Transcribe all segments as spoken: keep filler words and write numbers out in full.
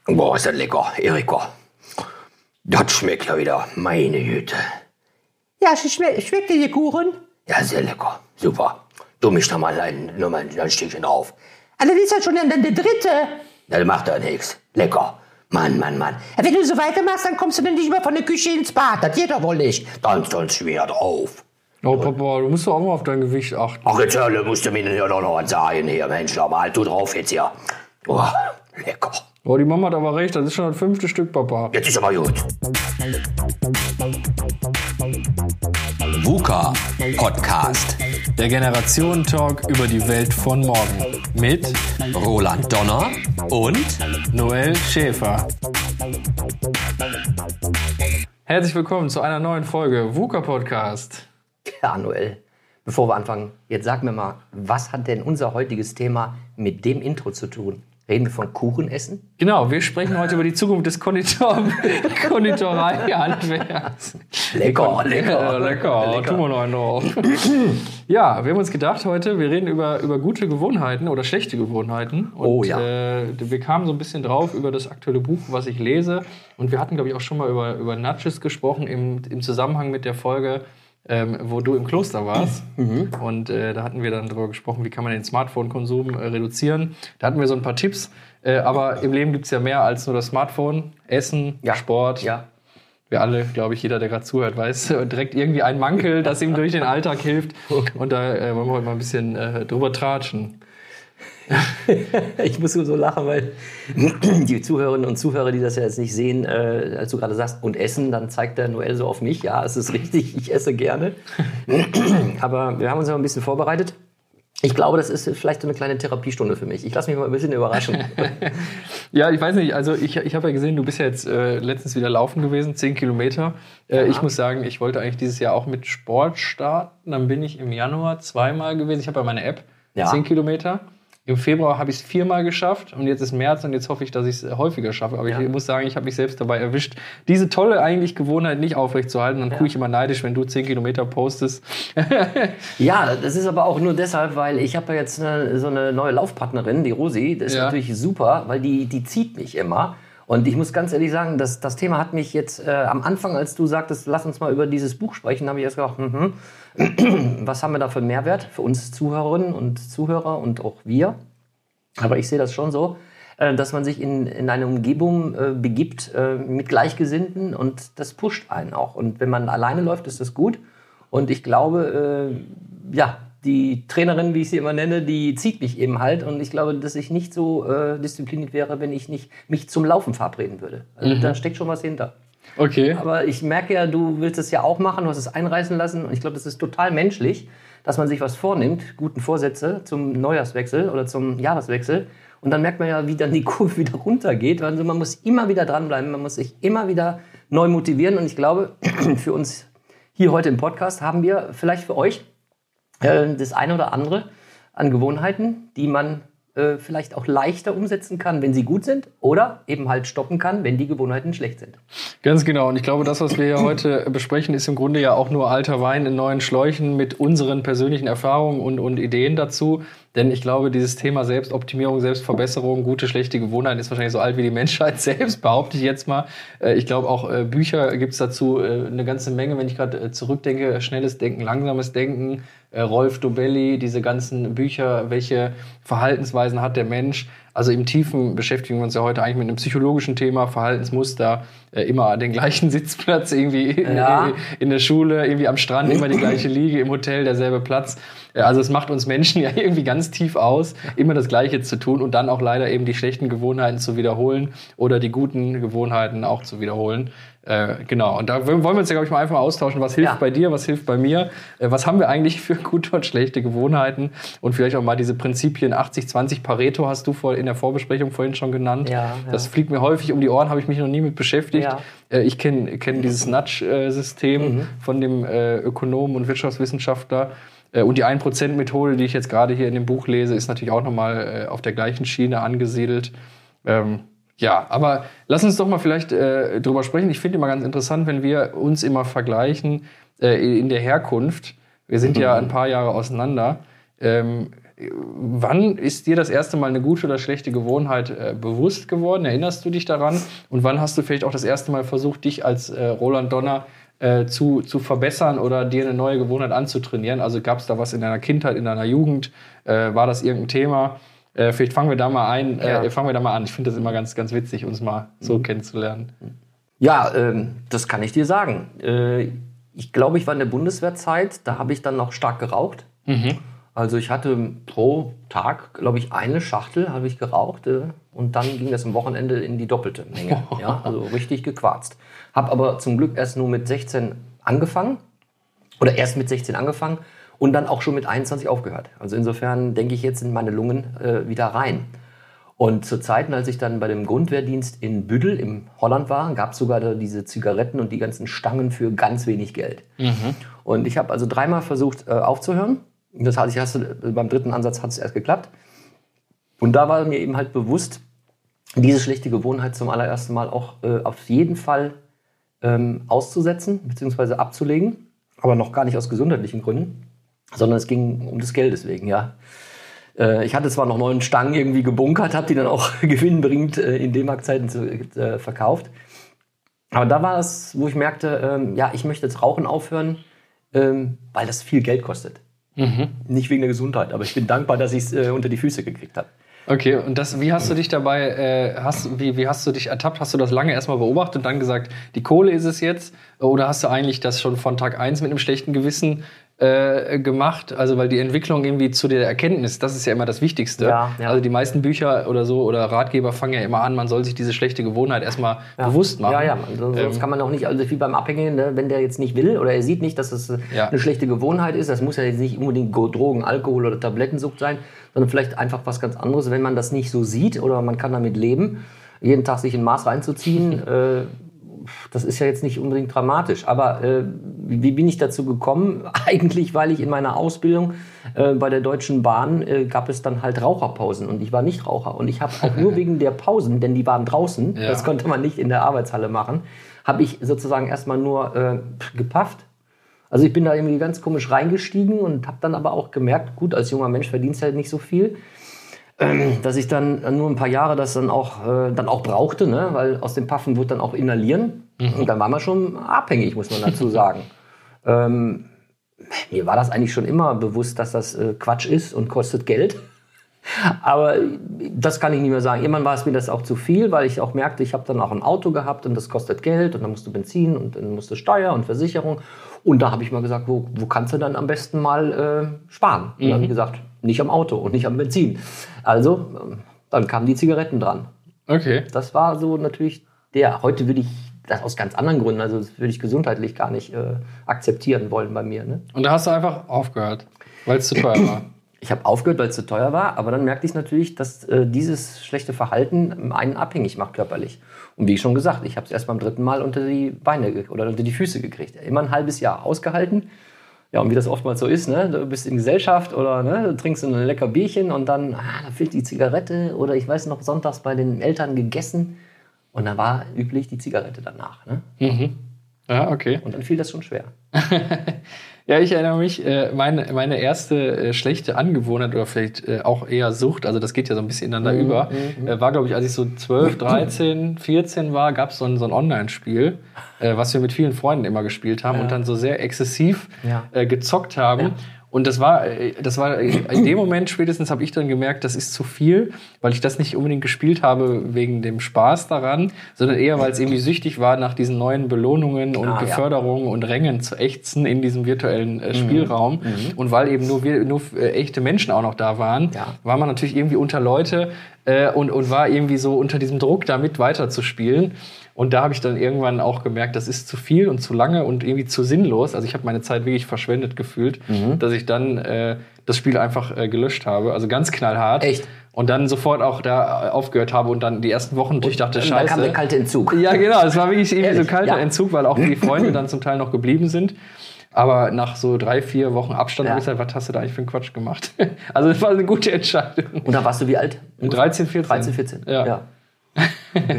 Boah, ist das lecker, Erika. Das schmeckt ja wieder, meine Güte. Ja, schmeckt, schmeckt dir der Kuchen? Ja, sehr lecker, super. Du misch da mal ein, nur mal ein Stückchen drauf. Also das ist ja schon dann der dritte. Das macht ja nichts. Lecker. Mann, Mann, Mann. Ja, wenn du so weitermachst, dann kommst du dann nicht mehr von der Küche ins Bad. Das geht doch wohl nicht. Dann ganz schwer drauf. Oh, Papa, du musst doch auch mal auf dein Gewicht achten. Ach, jetzt Hölle, musst du mir ja doch noch was sagen hier, Mensch. Mal, du drauf jetzt hier. Oh, lecker. Oh, die Mama hat aber recht, das ist schon das fünfte Stück, Papa. Jetzt ist aber gut. VUCA Podcast. Der Generationen-Talk über die Welt von morgen. Mit Roland Donner und Noel Schäfer. Herzlich willkommen zu einer neuen Folge VUCA Podcast. Ja, Noel, bevor wir anfangen, jetzt sag mir mal, was hat denn unser heutiges Thema mit dem Intro zu tun? Reden wir von Kuchen essen? Genau, wir sprechen heute über die Zukunft des Konditor- Konditoreihandwerks. Lecker, lecker. Äh, lecker, lecker. tun wir noch einen drauf. Ja, wir haben uns gedacht heute, wir reden über, über gute Gewohnheiten oder schlechte Gewohnheiten. Und, oh ja. Äh, wir kamen so ein bisschen drauf über das aktuelle Buch, was ich lese. Und wir hatten, glaube ich, auch schon mal über, über Nudges gesprochen im, im Zusammenhang mit der Folge, Ähm, wo du im Kloster warst. Mhm. Und äh, da hatten wir dann darüber gesprochen, wie kann man den Smartphone-Konsum äh, reduzieren. Da hatten wir so ein paar Tipps. Äh, aber im Leben gibt es ja mehr als nur das Smartphone. Essen, ja. Sport. Ja. Wir alle, glaube ich, jeder, der gerade zuhört, weiß direkt irgendwie ein Mankel, das ihm durch den Alltag hilft. Und da äh, wollen wir heute mal ein bisschen äh, drüber tratschen. Ich muss so lachen, weil die Zuhörerinnen und Zuhörer, die das ja jetzt nicht sehen, äh, als du gerade sagst, und essen, dann zeigt der Noel so auf mich. Ja, es ist richtig, ich esse gerne. Aber wir haben uns ja ein bisschen vorbereitet. Ich glaube, das ist vielleicht so eine kleine Therapiestunde für mich. Ich lasse mich mal ein bisschen überraschen. Ja, ich weiß nicht, also ich, ich habe ja gesehen, du bist ja jetzt äh, letztens wieder laufen gewesen, zehn Kilometer. Äh, ich muss sagen, ich wollte eigentlich dieses Jahr auch mit Sport starten. Dann bin ich im Januar zweimal gewesen. Ich habe ja meine App, ja. zehn Kilometer. Im Februar habe ich es viermal geschafft und jetzt ist März und jetzt hoffe ich, dass ich es häufiger schaffe. Aber ja. ich muss sagen, ich habe mich selbst dabei erwischt, diese tolle eigentlich Gewohnheit nicht aufrechtzuerhalten. Dann ja. gucke ich immer neidisch, wenn du zehn Kilometer postest. Ja, das ist aber auch nur deshalb, weil ich habe ja jetzt eine, so eine neue Laufpartnerin, die Rosi. Das ist ja. natürlich super, weil die, die zieht mich immer. Und ich muss ganz ehrlich sagen, das, das Thema hat mich jetzt äh, am Anfang, als du sagtest, lass uns mal über dieses Buch sprechen, habe ich erst gedacht, mhm. was haben wir da für einen Mehrwert für uns Zuhörerinnen und Zuhörer und auch wir. Aber ich sehe das schon so, äh, dass man sich in, in eine Umgebung äh, begibt äh, mit Gleichgesinnten und das pusht einen auch. Und wenn man alleine läuft, ist das gut. Und ich glaube, äh, ja, die Trainerin, wie ich sie immer nenne, die zieht mich eben halt. Und ich glaube, dass ich nicht so äh, diszipliniert wäre, wenn ich nicht mich zum Laufen verabreden würde. Also mhm. da steckt schon was hinter. Okay. Aber ich merke ja, du willst es ja auch machen, du hast es einreißen lassen. Und ich glaube, das ist total menschlich, dass man sich was vornimmt, guten Vorsätze zum Neujahrswechsel oder zum Jahreswechsel. Und dann merkt man ja, wie dann die Kurve wieder runtergeht. Also man muss immer wieder dranbleiben, man muss sich immer wieder neu motivieren. Und ich glaube, für uns hier heute im Podcast haben wir vielleicht für euch das eine oder andere an Gewohnheiten, die man äh, vielleicht auch leichter umsetzen kann, wenn sie gut sind, oder eben halt stoppen kann, wenn die Gewohnheiten schlecht sind. Ganz genau. Und ich glaube, das, was wir hier heute besprechen, ist im Grunde ja auch nur alter Wein in neuen Schläuchen mit unseren persönlichen Erfahrungen und, und Ideen dazu. Denn ich glaube, dieses Thema Selbstoptimierung, Selbstverbesserung, gute, schlechte Gewohnheiten ist wahrscheinlich so alt wie die Menschheit selbst, behaupte ich jetzt mal. Ich glaube, auch Bücher gibt es dazu eine ganze Menge. Wenn ich gerade zurückdenke, schnelles Denken, langsames Denken, Rolf Dobelli, diese ganzen Bücher, welche Verhaltensweisen hat der Mensch? Also im Tiefen beschäftigen wir uns ja heute eigentlich mit einem psychologischen Thema, Verhaltensmuster, äh, immer den gleichen Sitzplatz irgendwie in, ja. in der Schule, irgendwie am Strand, immer die gleiche Liege, im Hotel derselbe Platz. Also es macht uns Menschen ja irgendwie ganz tief aus, immer das Gleiche zu tun und dann auch leider eben die schlechten Gewohnheiten zu wiederholen oder die guten Gewohnheiten auch zu wiederholen. Äh, genau, und da wollen wir uns ja, glaube ich, mal einfach mal austauschen, was hilft ja. bei dir, was hilft bei mir, äh, was haben wir eigentlich für gute und schlechte Gewohnheiten und vielleicht auch mal diese Prinzipien achtzig zwanzig Pareto hast du vor, in der Vorbesprechung vorhin schon genannt. Ja, ja. Das fliegt mir häufig um die Ohren, habe ich mich noch nie mit beschäftigt. Ja. Äh, ich kenne kenn dieses Nudge-System mhm. von dem äh, Ökonomen und Wirtschaftswissenschaftler. Und die ein Prozent Methode, die ich jetzt gerade hier in dem Buch lese, ist natürlich auch nochmal äh, auf der gleichen Schiene angesiedelt. Ähm, ja, aber lass uns doch mal vielleicht äh, drüber sprechen. Ich finde immer ganz interessant, wenn wir uns immer vergleichen äh, in der Herkunft. Wir sind mhm. ja ein paar Jahre auseinander. Ähm, wann ist dir das erste Mal eine gute oder schlechte Gewohnheit äh, bewusst geworden? Erinnerst du dich daran? Und wann hast du vielleicht auch das erste Mal versucht, dich als äh, Roland Donner äh, zu, zu verbessern oder dir eine neue Gewohnheit anzutrainieren? Also gab es da was in deiner Kindheit, in deiner Jugend? Äh, war das irgendein Thema? Äh, vielleicht fangen wir da mal ein, äh, Ja. fangen wir da mal an. Ich finde das immer ganz, ganz witzig, uns mal so Mhm. kennenzulernen. Ja, ähm, das kann ich dir sagen. Äh, ich glaube, ich war in der Bundeswehrzeit, da habe ich dann noch stark geraucht. Mhm. Also ich hatte pro Tag, glaube ich, eine Schachtel habe ich geraucht äh, und dann ging das am Wochenende in die doppelte Menge. Ja, also richtig gequarzt. Habe aber zum Glück erst nur mit sechzehn angefangen oder erst mit sechzehn angefangen und dann auch schon mit einundzwanzig aufgehört. Also insofern denke ich, jetzt sind meine Lungen äh, wieder rein. Und zu Zeiten, als ich dann bei dem Grundwehrdienst in Büdel im Holland war, gab es sogar da diese Zigaretten und die ganzen Stangen für ganz wenig Geld. Mhm. Und ich habe also dreimal versucht äh, aufzuhören. Das heißt, ich hatte, beim dritten Ansatz hat es erst geklappt. Und da war mir eben halt bewusst, diese schlechte Gewohnheit zum allerersten Mal auch äh, auf jeden Fall ähm, auszusetzen bzw. abzulegen. Aber noch gar nicht aus gesundheitlichen Gründen, sondern es ging um das Geld deswegen, ja. Äh, ich hatte zwar noch neun Stangen irgendwie gebunkert, habe die dann auch gewinnbringend äh, in D-Mark-Zeiten zu, äh, verkauft. Aber da war es, wo ich merkte, ähm, ja, ich möchte jetzt Rauchen aufhören, ähm, weil das viel Geld kostet. Mhm. Nicht wegen der Gesundheit, aber ich bin dankbar, dass ich es äh, unter die Füße gekriegt habe. Okay, und das, wie hast du dich dabei, äh, hast, wie, wie hast du dich ertappt? Hast du das lange erstmal beobachtet und dann gesagt, die Kohle ist es jetzt? Oder hast du eigentlich das schon von Tag eins mit einem schlechten Gewissen äh, gemacht? Also, weil die Entwicklung irgendwie zu der Erkenntnis, das ist ja immer das Wichtigste. Ja, ja. Also die meisten Bücher oder so oder Ratgeber fangen ja immer an, man soll sich diese schlechte Gewohnheit erstmal Ja. bewusst machen. Ja, ja, sonst Ähm, kann man auch nicht, also wie beim Abhängigen, ne, wenn der jetzt nicht will oder er sieht nicht, dass das äh, Ja. eine schlechte Gewohnheit ist, das muss ja jetzt nicht unbedingt Go- Drogen, Alkohol oder Tablettensucht sein, sondern vielleicht einfach was ganz anderes, wenn man das nicht so sieht oder man kann damit leben, jeden Tag sich ein Maß reinzuziehen, äh, das ist ja jetzt nicht unbedingt dramatisch. Aber äh, wie bin ich dazu gekommen? Eigentlich, weil ich in meiner Ausbildung äh, bei der Deutschen Bahn äh, gab es dann halt Raucherpausen und ich war nicht Raucher. Und ich habe auch nur wegen der Pausen, denn die waren draußen, Ja. das konnte man nicht in der Arbeitshalle machen, habe ich sozusagen erstmal nur äh, gepafft. Also ich bin da irgendwie ganz komisch reingestiegen und habe dann aber auch gemerkt, gut, als junger Mensch verdienst du halt nicht so viel, ähm, dass ich dann nur ein paar Jahre das dann auch, äh, dann auch brauchte, ne? Weil aus dem Paffen wurde dann auch Inhalieren. Mhm. Und dann war man schon abhängig, muss man dazu sagen. ähm, mir war das eigentlich schon immer bewusst, dass das äh, Quatsch ist und kostet Geld. Aber das kann ich nicht mehr sagen. Irgendwann war es mir das auch zu viel, weil ich auch merkte, ich habe dann auch ein Auto gehabt und das kostet Geld und dann musst du Benzin und dann musst du Steuer und Versicherung. Und da habe ich mal gesagt, wo, wo kannst du dann am besten mal äh, sparen? Und dann habe ich gesagt, nicht am Auto und nicht am Benzin. Also, ähm, dann kamen die Zigaretten dran. Okay. Das war so natürlich der. Heute würde ich das aus ganz anderen Gründen, also das würde ich gesundheitlich gar nicht äh, akzeptieren wollen bei mir. Ne? Und da hast du einfach aufgehört, weil es zu teuer war. Ich habe aufgehört, weil es zu teuer war, aber dann merkte ich natürlich, dass äh, dieses schlechte Verhalten einen abhängig macht körperlich. Und wie schon gesagt, ich habe es erst beim dritten Mal unter die Beine ge- oder unter die Füße gekriegt. Immer ein halbes Jahr ausgehalten. Ja, und wie das oftmals so ist, ne? Du bist in Gesellschaft oder ne? Du trinkst ein lecker Bierchen und dann, ah, da fehlt die Zigarette oder ich weiß noch, sonntags bei den Eltern gegessen und dann war üblich die Zigarette danach. Ne? Mhm. Ja, okay. Und dann fiel das schon schwer. Ja, ich erinnere mich, äh, meine, meine erste äh, schlechte Angewohnheit oder vielleicht äh, auch eher Sucht, also das geht ja so ein bisschen ineinander Mhm, über, äh, war, glaube ich, als ich so zwölf, dreizehn, vierzehn war, gab es so ein, so ein Online-Spiel, äh, was wir mit vielen Freunden immer gespielt haben Ja. und dann so sehr exzessiv Ja. äh, gezockt haben. Ja. Und das war, äh, das war äh, in dem Moment spätestens habe ich dann gemerkt, das ist zu viel, weil ich das nicht unbedingt gespielt habe wegen dem Spaß daran, sondern eher, weil es irgendwie süchtig war nach diesen neuen Belohnungen und Ah, ja. Beförderungen und Rängen zu ächzen in diesem virtuellen äh, Spielraum. Und weil eben nur, wir, nur äh, echte Menschen auch noch da waren, Ja. war man natürlich irgendwie unter Leute äh, und, und war irgendwie so unter diesem Druck, damit weiterzuspielen. Und da habe ich dann irgendwann auch gemerkt, das ist zu viel und zu lange und irgendwie zu sinnlos. Also ich habe meine Zeit wirklich verschwendet gefühlt, dass ich dann äh, das Spiel einfach äh, gelöscht habe. Also ganz knallhart. Echt? Und dann sofort auch da aufgehört habe und dann die ersten Wochen natürlich dachte, Dann scheiße. kam der kalte Entzug. Ja, genau. Es war wirklich irgendwie Ehrlich? so kalter Ja. Entzug, weil auch die Freunde dann zum Teil noch geblieben sind. Aber nach so drei, vier Wochen Abstand Ja. habe ich gesagt, was hast du da eigentlich für einen Quatsch gemacht? Also das war eine gute Entscheidung. Und da warst du wie alt? dreizehn, vierzehn. dreizehn, vierzehn. Ja. Okay.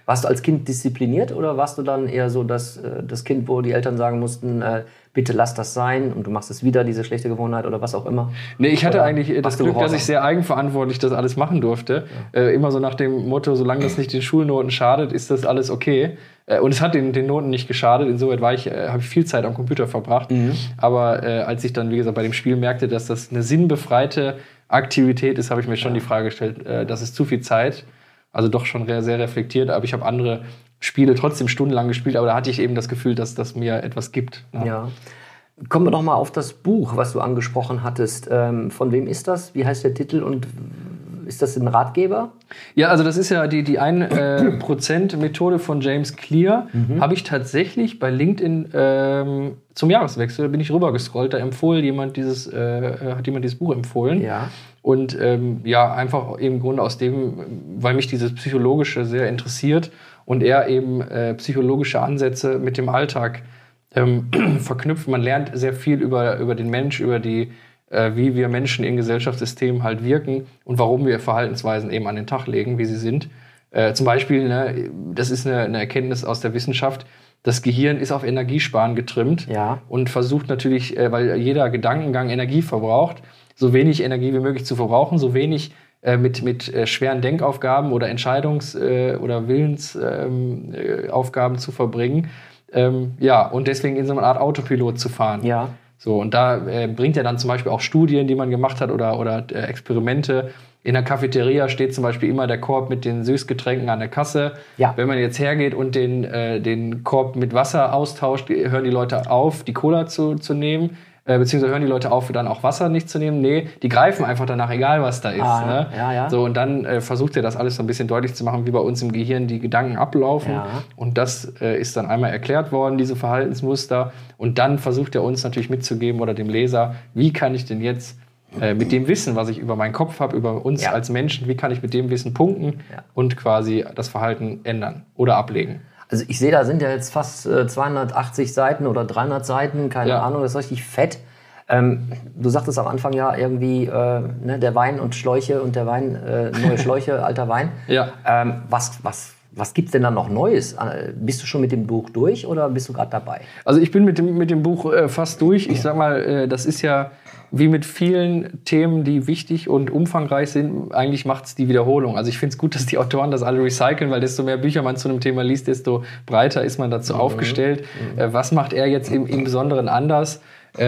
Warst du als Kind diszipliniert oder warst du dann eher so das, das Kind, wo die Eltern sagen mussten, äh, bitte lass das sein und du machst es wieder, diese schlechte Gewohnheit oder was auch immer? Nee, ich hatte oder eigentlich das Glück, dass ich sehr eigenverantwortlich das alles machen durfte. Ja. Äh, immer so nach dem Motto, solange das nicht den Schulnoten schadet, ist das alles okay. Äh, und es hat den, den Noten nicht geschadet. Insoweit war ich, äh, habe ich viel Zeit am Computer verbracht. Mhm. Aber äh, als ich dann, wie gesagt, bei dem Spiel merkte, dass das eine sinnbefreite Aktivität ist, habe ich mir schon ja. die Frage gestellt, äh, das ist zu viel Zeit. Also doch schon sehr reflektiert, aber ich habe andere Spiele trotzdem stundenlang gespielt, aber da hatte ich eben das Gefühl, dass das mir etwas gibt. Ja. ja. Kommen wir doch mal auf das Buch, was du angesprochen hattest. Ähm, von wem ist das? Wie heißt der Titel und ist das ein Ratgeber? Ja, also das ist ja die, die ein Prozent Methode von James Clear. Mhm. Habe ich tatsächlich bei LinkedIn ähm, zum Jahreswechsel, bin ich rüber gescrollt, da empfohlen jemand dieses, äh, hat jemand dieses Buch empfohlen. Ja. Und ähm, ja, einfach im Grunde aus dem, weil mich dieses Psychologische sehr interessiert und er eben äh, psychologische Ansätze mit dem Alltag ähm, verknüpft. Man lernt sehr viel über, über den Mensch, über die, äh, wie wir Menschen in Gesellschaftssystemen halt wirken und warum wir Verhaltensweisen eben an den Tag legen, wie sie sind. Äh, zum Beispiel, ne, das ist eine, eine Erkenntnis aus der Wissenschaft, das Gehirn ist auf Energiesparen getrimmt ja. und versucht natürlich, äh, weil jeder Gedankengang Energie verbraucht, so wenig Energie wie möglich zu verbrauchen, so wenig äh, mit, mit äh, schweren Denkaufgaben oder Entscheidungs- äh, oder Willensaufgaben äh, Aufgaben zu verbringen. Ähm, ja, und deswegen in so einer Art Autopilot zu fahren. Ja. So, und da äh, bringt er dann zum Beispiel auch Studien, die man gemacht hat oder, oder äh, Experimente. In der Cafeteria steht zum Beispiel immer der Korb mit den Süßgetränken an der Kasse. Ja. Wenn man jetzt hergeht und den, äh, den Korb mit Wasser austauscht, hören die Leute auf, die Cola zu, zu nehmen. Äh, beziehungsweise hören die Leute auf, dann auch Wasser nicht zu nehmen. Nee, die greifen einfach danach, egal was da ist. Ah, ne? ja, ja. So, und dann äh, versucht er das alles so ein bisschen deutlich zu machen, wie bei uns im Gehirn die Gedanken ablaufen. Ja. Und das äh, ist dann einmal erklärt worden, diese Verhaltensmuster. Und dann versucht er uns natürlich mitzugeben oder dem Leser, wie kann ich denn jetzt äh, mit dem Wissen, was ich über meinen Kopf habe, über uns ja. als Menschen, wie kann ich mit dem Wissen punkten ja. und quasi das Verhalten ändern oder ablegen. Also ich sehe, da sind ja jetzt fast äh, zweihundertachtzig Seiten oder dreihundert Seiten, keine ja. Ahnung, das ist richtig fett. Ähm, du sagtest am Anfang ja irgendwie, äh, ne, der Wein und Schläuche und der Wein, äh, neue Schläuche, alter Wein. Ja. Ähm, was, was, was gibt's denn da noch Neues? Äh, bist du schon mit dem Buch durch oder bist du gerade dabei? Also ich bin mit dem, mit dem Buch äh, fast durch. Ich sag mal, äh, das ist ja wie mit vielen Themen, die wichtig und umfangreich sind, eigentlich macht es die Wiederholung. Also ich finde es gut, dass die Autoren das alle recyceln, weil desto mehr Bücher man zu einem Thema liest, desto breiter ist man dazu mhm. aufgestellt. Mhm. Äh, was macht er jetzt im, im Besonderen anders?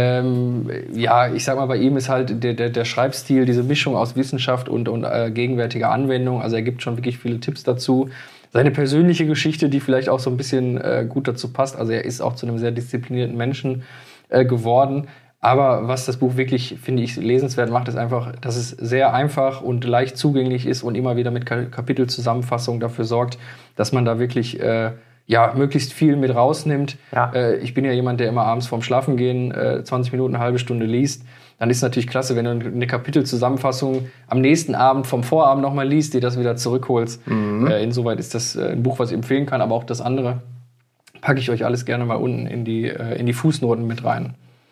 Ähm, ja, ich sag mal, bei ihm ist halt der, der, der Schreibstil, diese Mischung aus Wissenschaft und, und äh, gegenwärtiger Anwendung. Also er gibt schon wirklich viele Tipps dazu. Seine persönliche Geschichte, die vielleicht auch so ein bisschen äh, gut dazu passt. Also er ist auch zu einem sehr disziplinierten Menschen äh, geworden. Aber was das Buch wirklich, finde ich, lesenswert macht, ist einfach, dass es sehr einfach und leicht zugänglich ist und immer wieder mit Kapitelzusammenfassungen dafür sorgt, dass man da wirklich äh, ja, möglichst viel mit rausnimmt. Ja. Äh, ich bin ja jemand, der immer abends vorm Schlafengehen äh, zwanzig Minuten, eine halbe Stunde liest. Dann ist es natürlich klasse, wenn du eine Kapitelzusammenfassung am nächsten Abend vom Vorabend nochmal liest, dir das wieder zurückholst. Mhm. Äh, insoweit ist das äh, ein Buch, was ich empfehlen kann, aber auch das andere packe ich euch alles gerne mal unten in die, äh, in die Fußnoten mit rein.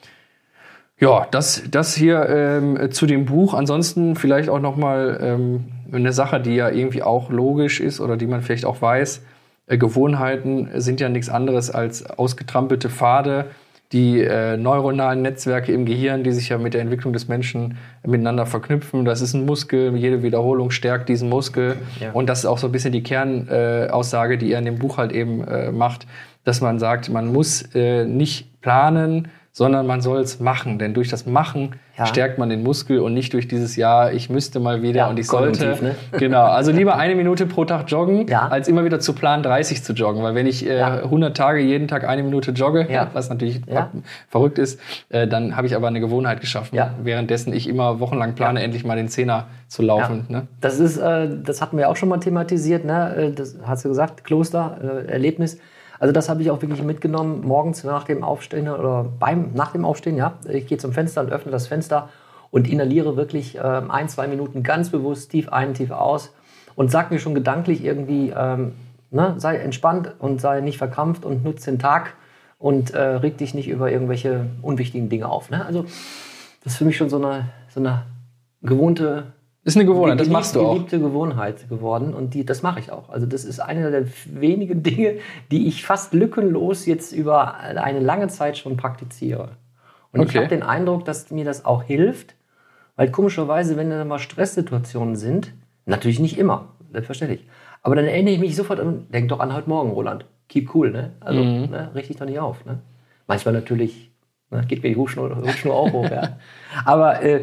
Ja, das, das hier ähm, zu dem Buch. Ansonsten vielleicht auch noch mal ähm, eine Sache, die ja irgendwie auch logisch ist oder die man vielleicht auch weiß. Äh, Gewohnheiten sind ja nichts anderes als ausgetrampelte Pfade, die äh, neuronalen Netzwerke im Gehirn, die sich ja mit der Entwicklung des Menschen miteinander verknüpfen. Das ist ein Muskel, jede Wiederholung stärkt diesen Muskel. Ja. Und das ist auch so ein bisschen die Kernaussage, äh, die er in dem Buch halt eben äh, macht, dass man sagt, man muss äh, nicht planen, sondern man soll es machen. Denn durch das Machen ja. stärkt man den Muskel und nicht durch dieses Ja, ich müsste mal wieder ja, und ich sollte. Ne? Genau, also lieber eine Minute pro Tag joggen, ja. als immer wieder zu planen, dreißig zu joggen. Weil wenn ich äh, ja. hundert Tage jeden Tag eine Minute jogge, ja. was natürlich ja. verrückt ist, äh, dann habe ich aber eine Gewohnheit geschaffen. Ja. Währenddessen ich immer wochenlang plane, ja. endlich mal den Zehner zu laufen. Ja. Ne? Das ist, äh, das hatten wir auch schon mal thematisiert, ne? Das hast du gesagt, Kloster, äh, Erlebnis. Also das habe ich auch wirklich mitgenommen, morgens nach dem Aufstehen oder beim nach dem Aufstehen, ja. Ich gehe zum Fenster und öffne das Fenster und inhaliere wirklich ähm, ein, zwei Minuten ganz bewusst tief ein, tief aus und sag mir schon gedanklich irgendwie, ähm, ne, sei entspannt und sei nicht verkrampft und nutze den Tag und äh, reg dich nicht über irgendwelche unwichtigen Dinge auf. Ne? Also das ist für mich schon so eine, so eine gewohnte Ist eine Gewohnheit, das geliebte, machst du auch. Geliebte Gewohnheit geworden und die, das mache ich auch. Also das ist eine der wenigen Dinge, die ich fast lückenlos jetzt über eine lange Zeit schon praktiziere. Und okay. ich habe den Eindruck, dass mir das auch hilft, weil komischerweise, wenn dann mal Stresssituationen sind, natürlich nicht immer, selbstverständlich, aber dann erinnere ich mich sofort an, denk doch an heute Morgen, Roland, keep cool, ne? Also mhm. ne, richte dich doch nicht auf. Ne? Manchmal natürlich, ne, geht mir die Hutschnur, Hutschnur auch hoch, ja. Aber äh,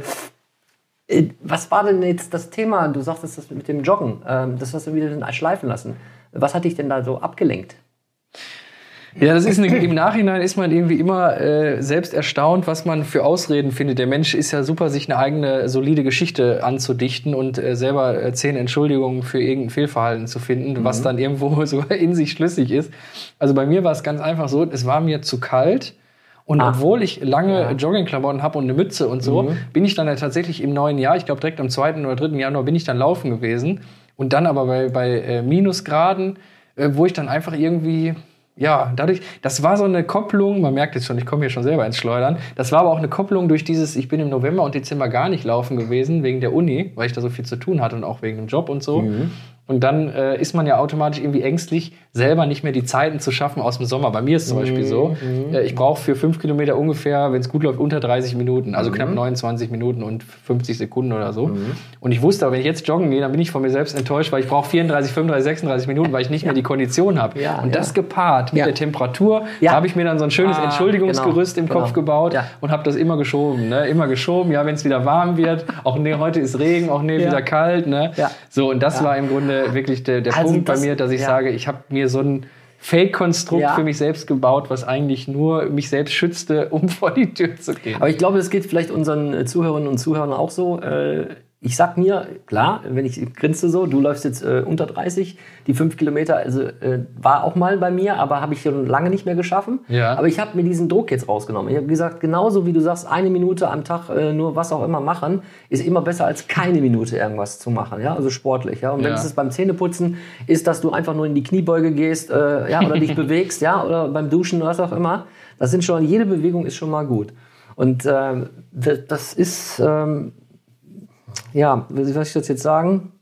was war denn jetzt das Thema? Du sagtest das mit dem Joggen. Ähm, das hast du wieder schleifen lassen. Was hat dich denn da so abgelenkt? Ja, das ist eine, im Nachhinein ist man irgendwie immer äh, selbst erstaunt, was man für Ausreden findet. Der Mensch ist ja super, sich eine eigene solide Geschichte anzudichten und äh, selber äh, zehn Entschuldigungen für irgendein Fehlverhalten zu finden, mhm. was dann irgendwo sogar in sich schlüssig ist. Also bei mir war es ganz einfach so, es war mir zu kalt. Und ah. obwohl ich lange ja. Joggingklamotten habe und eine Mütze und so, mhm. bin ich dann ja tatsächlich im neuen Jahr, ich glaube direkt am zweiten oder dritten Januar, bin ich dann laufen gewesen. Und dann aber bei, bei äh, Minusgraden, äh, wo ich dann einfach irgendwie, ja, dadurch, das war so eine Kopplung, man merkt jetzt schon, ich komme hier schon selber ins Schleudern, das war aber auch eine Kopplung durch dieses, ich bin im November und Dezember gar nicht laufen gewesen, wegen der Uni, weil ich da so viel zu tun hatte und auch wegen dem Job und so. Mhm. Und dann äh, ist man ja automatisch irgendwie ängstlich, selber nicht mehr die Zeiten zu schaffen aus dem Sommer. Bei mir ist es zum Beispiel so, mhm. äh, ich brauche für fünf Kilometer ungefähr, wenn es gut läuft, unter dreißig Minuten. Also mhm. knapp neunundzwanzig Minuten und fünfzig Sekunden oder so. Mhm. Und ich wusste aber, wenn ich jetzt joggen gehe, dann bin ich von mir selbst enttäuscht, weil ich brauche vierunddreißig, fünfunddreißig, sechsunddreißig Minuten, weil ich nicht ja. mehr die Kondition habe. Ja, und ja. das gepaart mit ja. der Temperatur, ja. da habe ich mir dann so ein schönes ah, Entschuldigungsgerüst genau, im Kopf genau. gebaut ja. und habe das immer geschoben. Ne? Immer geschoben, ja, wenn es wieder warm wird. Auch nee, heute ist Regen, auch nee, ja. wieder kalt. Ne? Ja. So, und das ja. war im Grunde wirklich der, der also Punkt das, bei mir, dass ich ja. sage, ich habe mir so ein Fake-Konstrukt ja. für mich selbst gebaut, was eigentlich nur mich selbst schützte, um vor die Tür zu gehen. Aber ich glaube, das geht vielleicht unseren Zuhörerinnen und Zuhörern auch so. Ich sag mir, klar, wenn ich grinse so, du läufst jetzt äh, unter dreißig, die fünf Kilometer, also äh, war auch mal bei mir, aber habe ich schon lange nicht mehr geschaffen. Ja. Aber ich habe mir diesen Druck jetzt rausgenommen. Ich habe gesagt, genauso wie du sagst, eine Minute am Tag äh, nur was auch immer machen, ist immer besser als keine Minute irgendwas zu machen, ja, also sportlich. Ja? Und wenn ja. es beim Zähneputzen ist, dass du einfach nur in die Kniebeuge gehst, äh, ja, oder dich bewegst, ja, oder beim Duschen, was auch immer, das sind schon, jede Bewegung ist schon mal gut. Und äh, das ist... Ähm, Ja, was soll ich das jetzt sagen?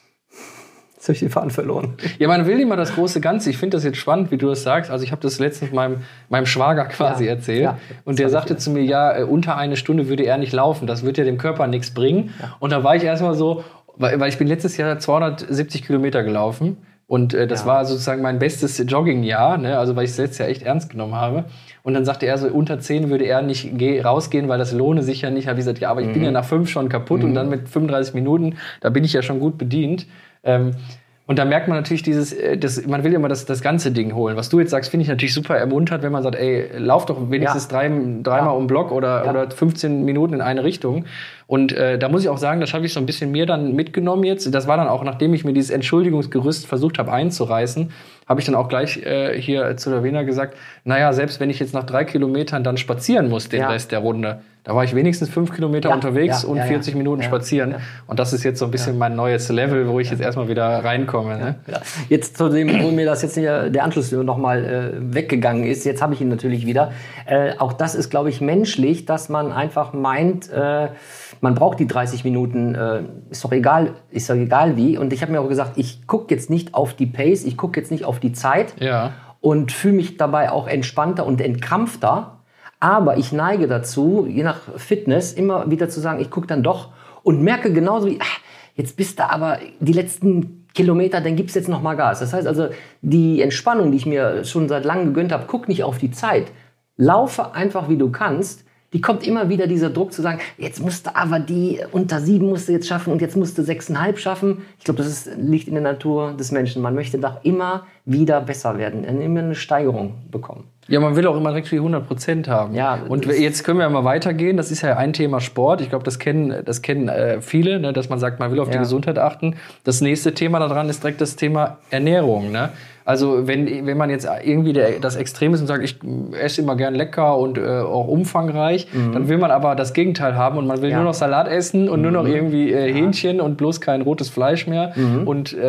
Jetzt habe ich den Faden verloren. Ja, man will immer das große Ganze. Ich finde das jetzt spannend, wie du das sagst. Also ich habe das letztens meinem, meinem Schwager quasi ja, erzählt. Ja, und der sagte zu mir, ja, unter eine Stunde würde er nicht laufen. Das würde ja dem Körper nichts bringen. Ja. Und da war ich erstmal so, weil, weil ich bin letztes Jahr zweihundertsiebzig Kilometer gelaufen. Und äh, das ja. war sozusagen mein bestes Joggingjahr, ne? Also weil ich es letztes Jahr echt ernst genommen habe. Und dann sagte er so, unter zehn würde er nicht geh- rausgehen, weil das lohne sich ja nicht. Da habe ich gesagt, ja, aber ich mhm. bin ja nach fünf schon kaputt mhm. und dann mit fünfunddreißig Minuten, da bin ich ja schon gut bedient. Ähm, Und da merkt man natürlich dieses, das, man will immer das, das ganze Ding holen. Was du jetzt sagst, finde ich natürlich super ermuntert, wenn man sagt, ey, lauf doch wenigstens ja. drei, dreimal ja. um Block oder, ja. oder fünfzehn Minuten in eine Richtung. Und äh, da muss ich auch sagen, das habe ich so ein bisschen mir dann mitgenommen jetzt. Das war dann auch, nachdem ich mir dieses Entschuldigungsgerüst versucht habe einzureißen, habe ich dann auch gleich äh, hier zu der Vena gesagt, naja, selbst wenn ich jetzt nach drei Kilometern dann spazieren muss, den ja. Rest der Runde, da war ich wenigstens fünf Kilometer ja, unterwegs ja, und ja, vierzig ja. Minuten ja, spazieren. Ja. Und das ist jetzt so ein bisschen ja. mein neues Level, wo ich jetzt erstmal wieder reinkomme. Ne? Ja. Ja. Jetzt zu dem, wo mir das jetzt nicht, der Anschluss nochmal äh, weggegangen ist, jetzt habe ich ihn natürlich wieder. Äh, auch das ist, glaube ich, menschlich, dass man einfach meint, äh, man braucht die dreißig Minuten, äh, ist doch egal, ist doch egal wie. Und ich habe mir auch gesagt, ich gucke jetzt nicht auf die Pace, ich gucke jetzt nicht auf die Zeit ja. und fühle mich dabei auch entspannter und entkrampfter. Aber ich neige dazu, je nach Fitness, immer wieder zu sagen, ich gucke dann doch und merke genauso wie, ach, jetzt bist du aber die letzten Kilometer, dann gibst du jetzt noch mal Gas. Das heißt also, die Entspannung, die ich mir schon seit langem gegönnt habe, guck nicht auf die Zeit. Laufe einfach, wie du kannst. Die kommt immer wieder dieser Druck zu sagen, jetzt musst du aber die unter sieben musst du jetzt schaffen und jetzt musst du sechseinhalb schaffen. Ich glaube, das ist, liegt in der Natur des Menschen. Man möchte doch immer wieder besser werden, immer eine Steigerung bekommen. Ja, man will auch immer direkt wie hundert Prozent haben. Ja, und jetzt können wir ja mal weitergehen. Das ist ja ein Thema Sport. Ich glaube, das kennen, das kennen äh, viele, ne, dass man sagt, man will auf ja. die Gesundheit achten. Das nächste Thema daran ist direkt das Thema Ernährung. Ne? Also wenn, wenn man jetzt irgendwie der, das Extrem ist und sagt, ich esse immer gern lecker und äh, auch umfangreich, mhm. dann will man aber das Gegenteil haben und man will ja. nur noch Salat essen und mhm. nur noch irgendwie äh, Hähnchen ja. und bloß kein rotes Fleisch mehr. Mhm. Und äh,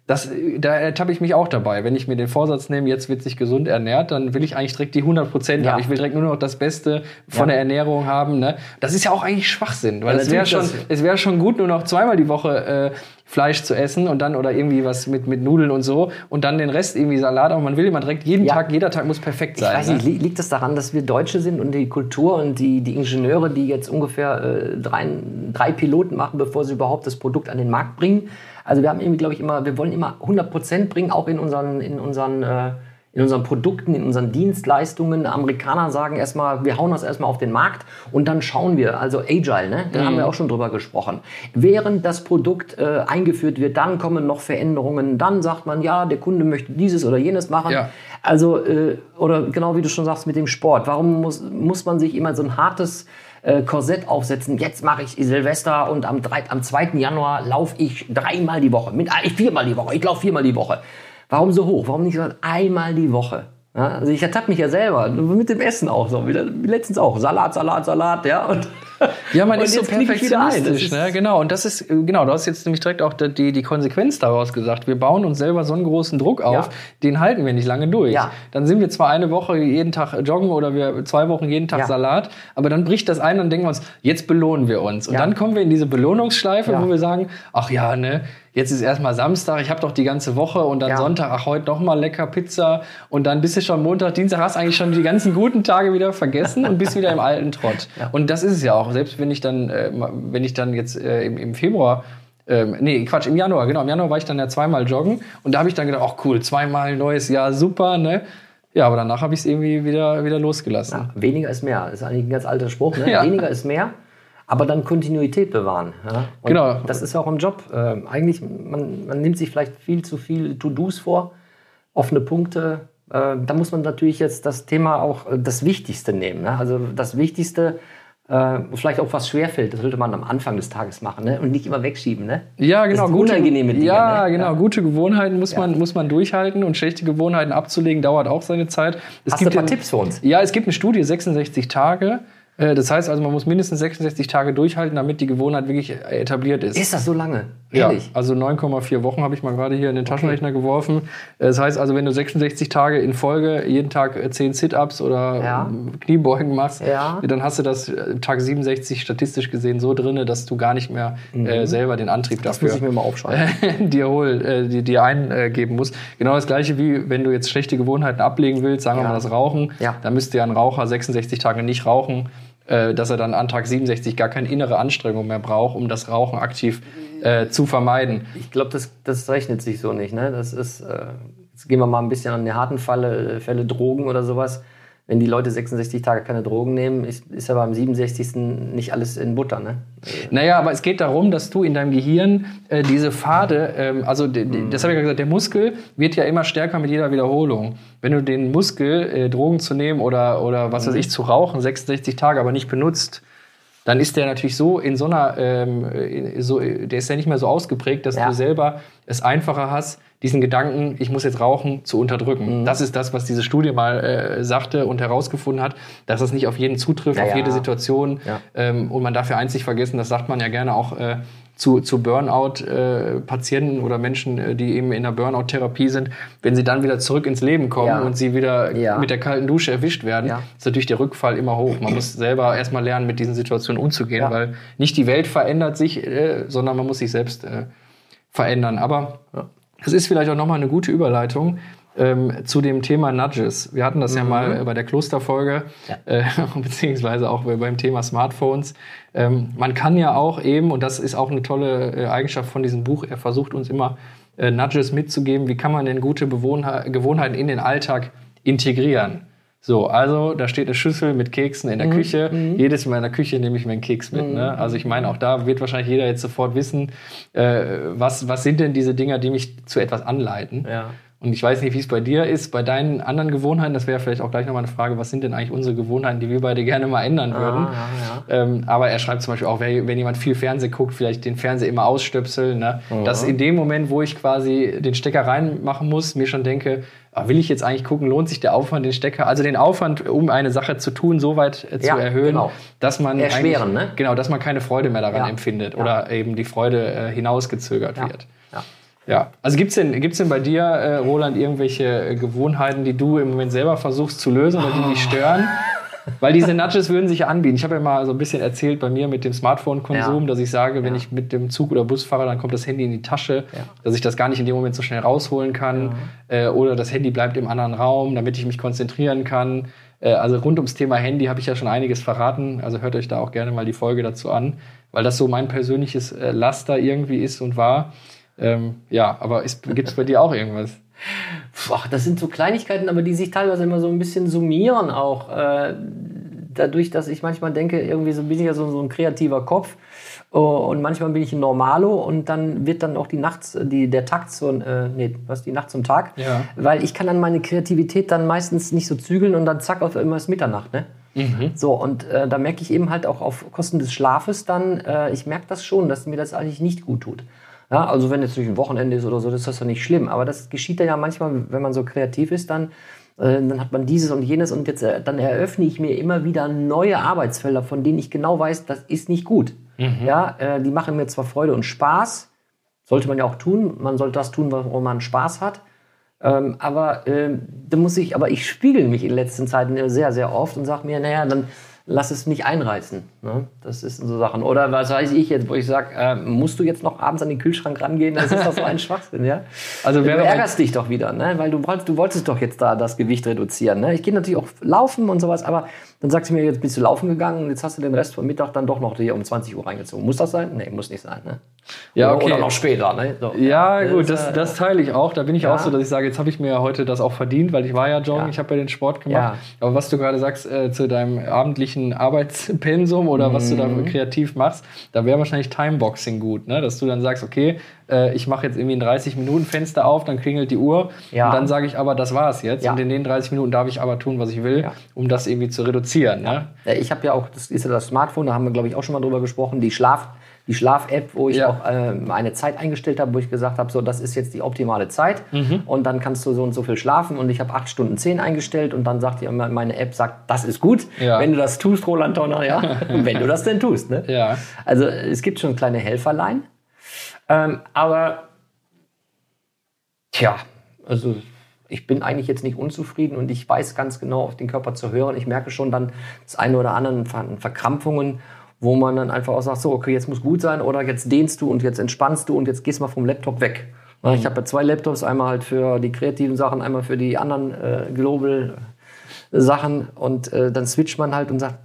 Das, da ertappe ich mich auch dabei. Wenn ich mir den Vorsatz nehme, jetzt wird sich gesund ernährt, dann will ich eigentlich direkt die hundert Prozent Ja. haben. Ich will direkt nur noch das Beste von Ja. der Ernährung haben. Ne? Das ist ja auch eigentlich Schwachsinn. Weil Ja, es wäre natürlich schon, das- es wäre schon gut, nur noch zweimal die Woche äh, Fleisch zu essen und dann oder irgendwie was mit, mit Nudeln und so und dann den Rest irgendwie Salat. Aber man will immer direkt jeden Ja. Tag, jeder Tag muss perfekt sein. Ich weiß ne? nicht, li- liegt das daran, dass wir Deutsche sind und die Kultur und die, die Ingenieure, die jetzt ungefähr äh, drei, drei Piloten machen, bevor sie überhaupt das Produkt an den Markt bringen? Also wir haben irgendwie, glaube ich, immer, wir wollen immer hundert Prozent bringen, auch in unseren, in unseren, äh, in unseren Produkten, in unseren Dienstleistungen. Amerikaner sagen erstmal, wir hauen das erstmal auf den Markt und dann schauen wir. Also Agile, ne? Da Mhm. haben wir auch schon drüber gesprochen. Während das Produkt äh, eingeführt wird, dann kommen noch Veränderungen. Dann sagt man, ja, der Kunde möchte dieses oder jenes machen. Ja. Also, äh, oder genau wie du schon sagst mit dem Sport. Warum muss, muss man sich immer so ein hartes äh, Korsett aufsetzen? Jetzt mache ich Silvester und am, drei, am zweiten Januar laufe ich dreimal die Woche. Mit, äh, viermal die Woche. Ich laufe viermal die Woche. Warum so hoch? Warum nicht so einmal die Woche? Ja, also ich ertappe mich ja selber. Mit dem Essen auch so. Wie letztens auch. Salat, Salat, Salat. Ja, und Ja, man und ist so jetzt knick ich wieder ein. Das perfektionistisch, ist- ne? Genau. Und das ist, äh, genau, du hast jetzt nämlich direkt auch die, die Konsequenz daraus gesagt. Wir bauen uns selber so einen großen Druck auf, Ja. den halten wir nicht lange durch. Ja. Dann sind wir zwar eine Woche jeden Tag joggen oder wir zwei Wochen jeden Tag Ja. Salat, aber dann bricht das ein und denken wir uns, jetzt belohnen wir uns. Und Ja. dann kommen wir in diese Belohnungsschleife, Ja. wo wir sagen, ach ja, ne, jetzt ist erstmal Samstag, ich habe doch die ganze Woche und dann Ja. Sonntag, ach, heute noch mal lecker Pizza und dann bist du schon Montag, Dienstag, hast eigentlich schon die ganzen guten Tage wieder vergessen und bist wieder im alten Trott. Ja. Und das ist es ja auch. Selbst wenn ich dann, äh, wenn ich dann jetzt äh, im, im Februar, ähm, nee, Quatsch, im Januar, genau, im Januar war ich dann ja zweimal joggen und da habe ich dann gedacht, ach cool, zweimal neues Jahr, super, ne? Ja, aber danach habe ich es irgendwie wieder, wieder losgelassen. Ja, weniger ist mehr. Das ist eigentlich ein ganz alter Spruch. Ne? Ja. Weniger ist mehr, aber dann Kontinuität bewahren. Ja? Und Genau. das ist ja auch im Job. Ähm, eigentlich, man, man nimmt sich vielleicht viel zu viel To-Dos vor, offene Punkte. Äh, da muss man natürlich jetzt das Thema auch äh, das Wichtigste nehmen. Ne? Also das Wichtigste, äh, vielleicht auch was schwerfällt, das sollte man am Anfang des Tages machen, ne? Und nicht immer wegschieben. Ne? Ja, genau. Das sind unangenehme Dinge, Ja, ne? genau. Ja. Gute Gewohnheiten muss, Ja. man, muss man durchhalten und schlechte Gewohnheiten abzulegen dauert auch seine Zeit. Es Hast du ein paar ja- Tipps für uns? Ja, es gibt eine Studie, sechsundsechzig Tage. Äh, Das heißt also, man muss mindestens sechsundsechzig Tage durchhalten, damit die Gewohnheit wirklich etabliert ist. Ist das so lange? Ja, Ehrlich? also neun Komma vier Wochen habe ich mal gerade hier in den Taschenrechner geworfen. Das heißt also, wenn du sechsundsechzig Tage in Folge jeden Tag äh, zehn Sit-Ups oder Ja. ähm, Kniebeugen machst, Ja. dann hast du das äh, Tag siebenundsechzig statistisch gesehen so drin, dass du gar nicht mehr äh, selber den Antrieb Mhm. Das dafür muss ich mir mal aufschreiben. dir hol, äh, dir, dir eingeben musst. Genau das gleiche wie wenn du jetzt schlechte Gewohnheiten ablegen willst, sagen wir Ja. mal das Rauchen, Ja. dann müsste ja ein Raucher sechsundsechzig Tage nicht rauchen, äh, dass er dann an Tag siebenundsechzig gar keine innere Anstrengung mehr braucht, um das Rauchen aktiv äh, zu vermeiden. Ich glaube, das, das rechnet sich so nicht. Ne? Das ist, äh, jetzt gehen wir mal ein bisschen an die harten Falle, Fälle Drogen oder sowas. Wenn die Leute sechsundsechzig Tage keine Drogen nehmen, ist, ist ja beim siebenundsechzigsten nicht alles in Butter. Ne? Naja, aber es geht darum, dass du in deinem Gehirn äh, diese Pfade, ähm, also d- d- das habe ich ja gesagt, der Muskel wird ja immer stärker mit jeder Wiederholung. Wenn du den Muskel, äh, Drogen zu nehmen oder, oder was weiß ich, zu rauchen, sechsundsechzig Tage aber nicht benutzt, dann ist der natürlich so in so einer, ähm, in- so, der ist ja nicht mehr so ausgeprägt, dass Ja. du selber es einfacher hast, diesen Gedanken, ich muss jetzt rauchen, zu unterdrücken. Das ist das, was diese Studie mal äh, sagte und herausgefunden hat, dass das nicht auf jeden zutrifft, Ja, auf ja. jede Situation. Ja. Ähm, und man darf ja einzig vergessen, das sagt man ja gerne auch äh, zu, zu Burnout-Patienten oder Menschen, äh, die eben in der Burnout-Therapie sind, wenn sie dann wieder zurück ins Leben kommen Ja. und sie wieder Ja. mit der kalten Dusche erwischt werden, Ja. ist natürlich der Rückfall immer hoch. Man muss selber erstmal lernen, mit diesen Situationen umzugehen, Ja. weil nicht die Welt verändert sich, äh, sondern man muss sich selbst äh, verändern. Aber es ist vielleicht auch nochmal eine gute Überleitung ähm, zu dem Thema Nudges. Wir hatten das ja mal äh, bei der Klosterfolge, äh, beziehungsweise auch beim Thema Smartphones. Ähm, man kann ja auch eben, und das ist auch eine tolle äh, Eigenschaft von diesem Buch, er versucht uns immer äh, Nudges mitzugeben, wie kann man denn gute Bewohnha- Gewohnheiten in den Alltag integrieren. So, also da steht eine Schüssel mit Keksen in der Küche. Jedes Mal in der Küche nehme ich mir einen Keks mit. Ne? Also ich meine, auch da wird wahrscheinlich jeder jetzt sofort wissen, äh, was, was sind denn diese Dinger, die mich zu etwas anleiten. Ja. Und ich weiß nicht, wie es bei dir ist, bei deinen anderen Gewohnheiten, das wäre vielleicht auch gleich nochmal eine Frage, was sind denn eigentlich unsere Gewohnheiten, die wir beide gerne mal ändern würden. Ah, ja, Ähm, aber er schreibt zum Beispiel auch, wenn, wenn jemand viel Fernsehen guckt, vielleicht den Fernseher immer ausstöpseln. Ne? Dass in dem Moment, wo ich quasi den Stecker reinmachen muss, mir schon denke, ah, will ich jetzt eigentlich gucken, lohnt sich der Aufwand, den Stecker, also den Aufwand, um eine Sache zu tun, so weit äh, zu Ja, erhöhen, genau. dass man Erschweren, eigentlich- ne? genau, dass man keine Freude mehr daran Ja. empfindet Ja. oder eben die Freude äh, hinausgezögert Ja. wird. Ja. Ja, also gibt's denn, gibt's denn bei dir, äh, Roland, irgendwelche äh, Gewohnheiten, die du im Moment selber versuchst zu lösen oder die dich stören? Weil diese Nudges würden sich ja anbieten. Ich habe ja mal so ein bisschen erzählt bei mir mit dem Smartphone-Konsum, ja. dass ich sage, wenn ja. ich mit dem Zug oder Bus fahre, dann kommt das Handy in die Tasche, ja. dass ich das gar nicht in dem Moment so schnell rausholen kann. Ja. Äh, oder das Handy bleibt im anderen Raum, damit ich mich konzentrieren kann. Äh, also rund ums Thema Handy habe ich ja schon einiges verraten. Also hört euch da auch gerne mal die Folge dazu an, weil das so mein persönliches äh, Laster irgendwie ist und war. Ähm, ja, aber gibt es bei dir auch irgendwas? Boah, das sind so Kleinigkeiten, aber die sich teilweise immer so ein bisschen summieren auch. Äh, dadurch, dass ich manchmal denke, irgendwie so bin ich ja so, so ein kreativer Kopf uh, und manchmal bin ich ein Normalo und dann wird dann auch die Nachts, die, der Takt so, äh, nee, was, die Nacht zum Tag. Ja. Weil ich kann dann meine Kreativität dann meistens nicht so zügeln und dann zack, auf immer ist Mitternacht, ne? Mhm. So, und äh, da merke ich eben halt auch auf Kosten des Schlafes dann, äh, ich merke das schon, dass mir das eigentlich nicht gut tut. Ja, also wenn jetzt durch ein Wochenende ist oder so, das ist das ja nicht schlimm. Aber das geschieht ja manchmal, wenn man so kreativ ist, dann, äh, dann hat man dieses und jenes und jetzt äh, dann eröffne ich mir immer wieder neue Arbeitsfelder, von denen ich genau weiß, das ist nicht gut. Mhm. Ja, äh, die machen mir zwar Freude und Spaß, sollte man ja auch tun. Man sollte das tun, woran man Spaß hat. Ähm, aber äh, da muss ich, aber ich spiegel mich in den letzten Zeiten sehr, sehr oft und sage mir, naja, dann lass es nicht einreißen. Ne? Das ist so Sachen. Oder was weiß ich jetzt, wo ich sage, äh, musst du jetzt noch abends an den Kühlschrank rangehen? Das ist doch so ein Schwachsinn, ja? Also du ärgerst dich doch wieder, ne? Weil du wolltest, du wolltest doch jetzt da das Gewicht reduzieren. Ne? Ich gehe natürlich auch laufen und sowas, aber dann sagst du mir, jetzt bist du laufen gegangen und jetzt hast du den Rest vom Mittag dann doch noch hier um zwanzig Uhr reingezogen. Muss das sein? Nee, muss nicht sein. Ne? Ja, okay. Oder noch später. Ne? So. Ja, gut, das, das teile ich auch. Da bin ich ja. auch so, dass ich sage, jetzt habe ich mir heute das auch verdient, weil ich war ja joggen, ja. ich habe ja den Sport gemacht. Ja. Aber was du gerade sagst äh, zu deinem abendlichen Arbeitspensum oder mhm. was du da kreativ machst, da wäre wahrscheinlich Timeboxing gut, ne? Dass du dann sagst, okay, äh, ich mache jetzt irgendwie ein dreißig-Minuten-Fenster auf, dann klingelt die Uhr ja. und dann sage ich aber, das war's jetzt. Ja. Und in den dreißig Minuten darf ich aber tun, was ich will, ja. um das irgendwie zu reduzieren. Ja. Ne? Ich habe ja auch, das ist ja das Smartphone, da haben wir, glaube ich, auch schon mal drüber gesprochen, die Schlaf- Die Schlaf-App, wo ich ja. auch äh, eine Zeit eingestellt habe, wo ich gesagt habe, so, das ist jetzt die optimale Zeit mhm. und dann kannst du so und so viel schlafen und ich habe acht Stunden zehn eingestellt und dann sagt dir meine App, sagt, das ist gut, ja. wenn du das tust, Roland Donner, ja, wenn du das denn tust. Ne? Ja. Also es gibt schon kleine Helferlein, ähm, aber tja, also ich bin eigentlich jetzt nicht unzufrieden und ich weiß ganz genau, auf den Körper zu hören. Ich merke schon dann das eine oder andere an Verkrampfungen, wo man dann einfach auch sagt, so, okay, jetzt muss gut sein oder jetzt dehnst du und jetzt entspannst du und jetzt gehst mal vom Laptop weg. Mhm. Ich habe ja zwei Laptops, einmal halt für die kreativen Sachen, einmal für die anderen äh, Global-Sachen und äh, dann switcht man halt und sagt,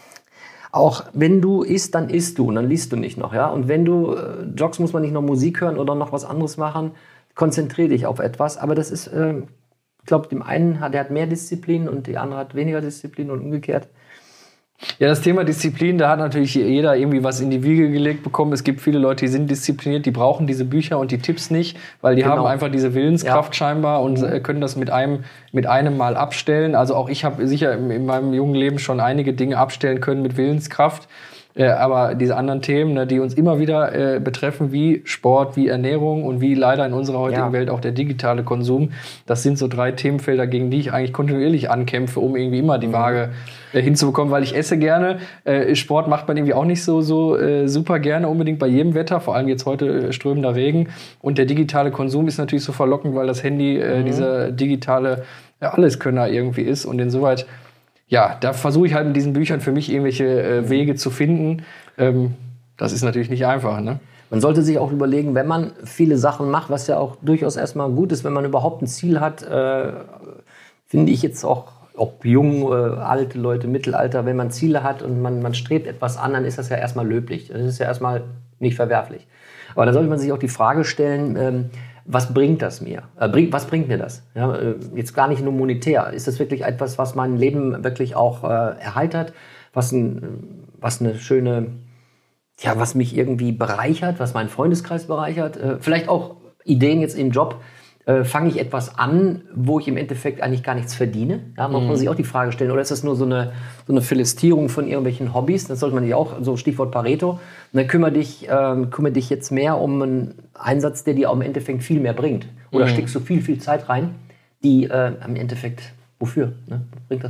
auch wenn du isst, dann isst du und dann liest du nicht noch. Ja? Und wenn du äh, joggst, muss man nicht noch Musik hören oder noch was anderes machen. Konzentriere dich auf etwas. Aber das ist, äh, ich glaube, dem einen hat, der hat mehr Disziplin und die andere hat weniger Disziplin und umgekehrt. Ja, das Thema Disziplin, da hat natürlich jeder irgendwie was in die Wiege gelegt bekommen. Es gibt viele Leute, die sind diszipliniert, die brauchen diese Bücher und die Tipps nicht, weil die genau. haben einfach diese Willenskraft ja. scheinbar und mhm. können das mit einem, mit einem Mal abstellen. Also auch ich habe sicher in meinem jungen Leben schon einige Dinge abstellen können mit Willenskraft. Äh, aber diese anderen Themen, ne, die uns immer wieder äh, betreffen, wie Sport, wie Ernährung und wie leider in unserer heutigen ja. Welt auch der digitale Konsum, das sind so drei Themenfelder, gegen die ich eigentlich kontinuierlich ankämpfe, um irgendwie immer die Waage äh, hinzubekommen, weil ich esse gerne. Äh, Sport macht man irgendwie auch nicht so so äh, super gerne unbedingt bei jedem Wetter, vor allem jetzt heute äh, strömender Regen. Und der digitale Konsum ist natürlich so verlockend, weil das Handy äh, mhm. dieser digitale äh, Alleskönner irgendwie ist und insoweit ja, da versuche ich halt mit diesen Büchern für mich irgendwelche äh, Wege zu finden. Ähm, das ist natürlich nicht einfach, ne? Man sollte sich auch überlegen, wenn man viele Sachen macht, was ja auch durchaus erstmal gut ist, wenn man überhaupt ein Ziel hat, äh, finde ich jetzt auch, ob jung, äh, alte Leute, Mittelalter, wenn man Ziele hat und man, man strebt etwas an, dann ist das ja erstmal löblich. Das ist ja erstmal nicht verwerflich. Aber da sollte man sich auch die Frage stellen, ähm, was bringt das mir? Äh, bring, was bringt mir das? Ja, äh, jetzt gar nicht nur monetär. Ist das wirklich etwas, was mein Leben wirklich auch äh, erheitert? Was, ein, was eine schöne, ja, was mich irgendwie bereichert, was meinen Freundeskreis bereichert? Äh, vielleicht auch Ideen jetzt im Job. Äh, fange ich etwas an, wo ich im Endeffekt eigentlich gar nichts verdiene? Da muss man mhm. sich auch die Frage stellen. Oder ist das nur so eine, so eine Philistierung von irgendwelchen Hobbys? Das sollte man sich auch, so Stichwort Pareto. Und dann kümmere dich, ähm, kümmere dich jetzt mehr um einen Einsatz, der dir auch im Endeffekt viel mehr bringt. Oder mhm. steckst du viel, viel Zeit rein, die äh, im Endeffekt, wofür? Ne? Was bringt das?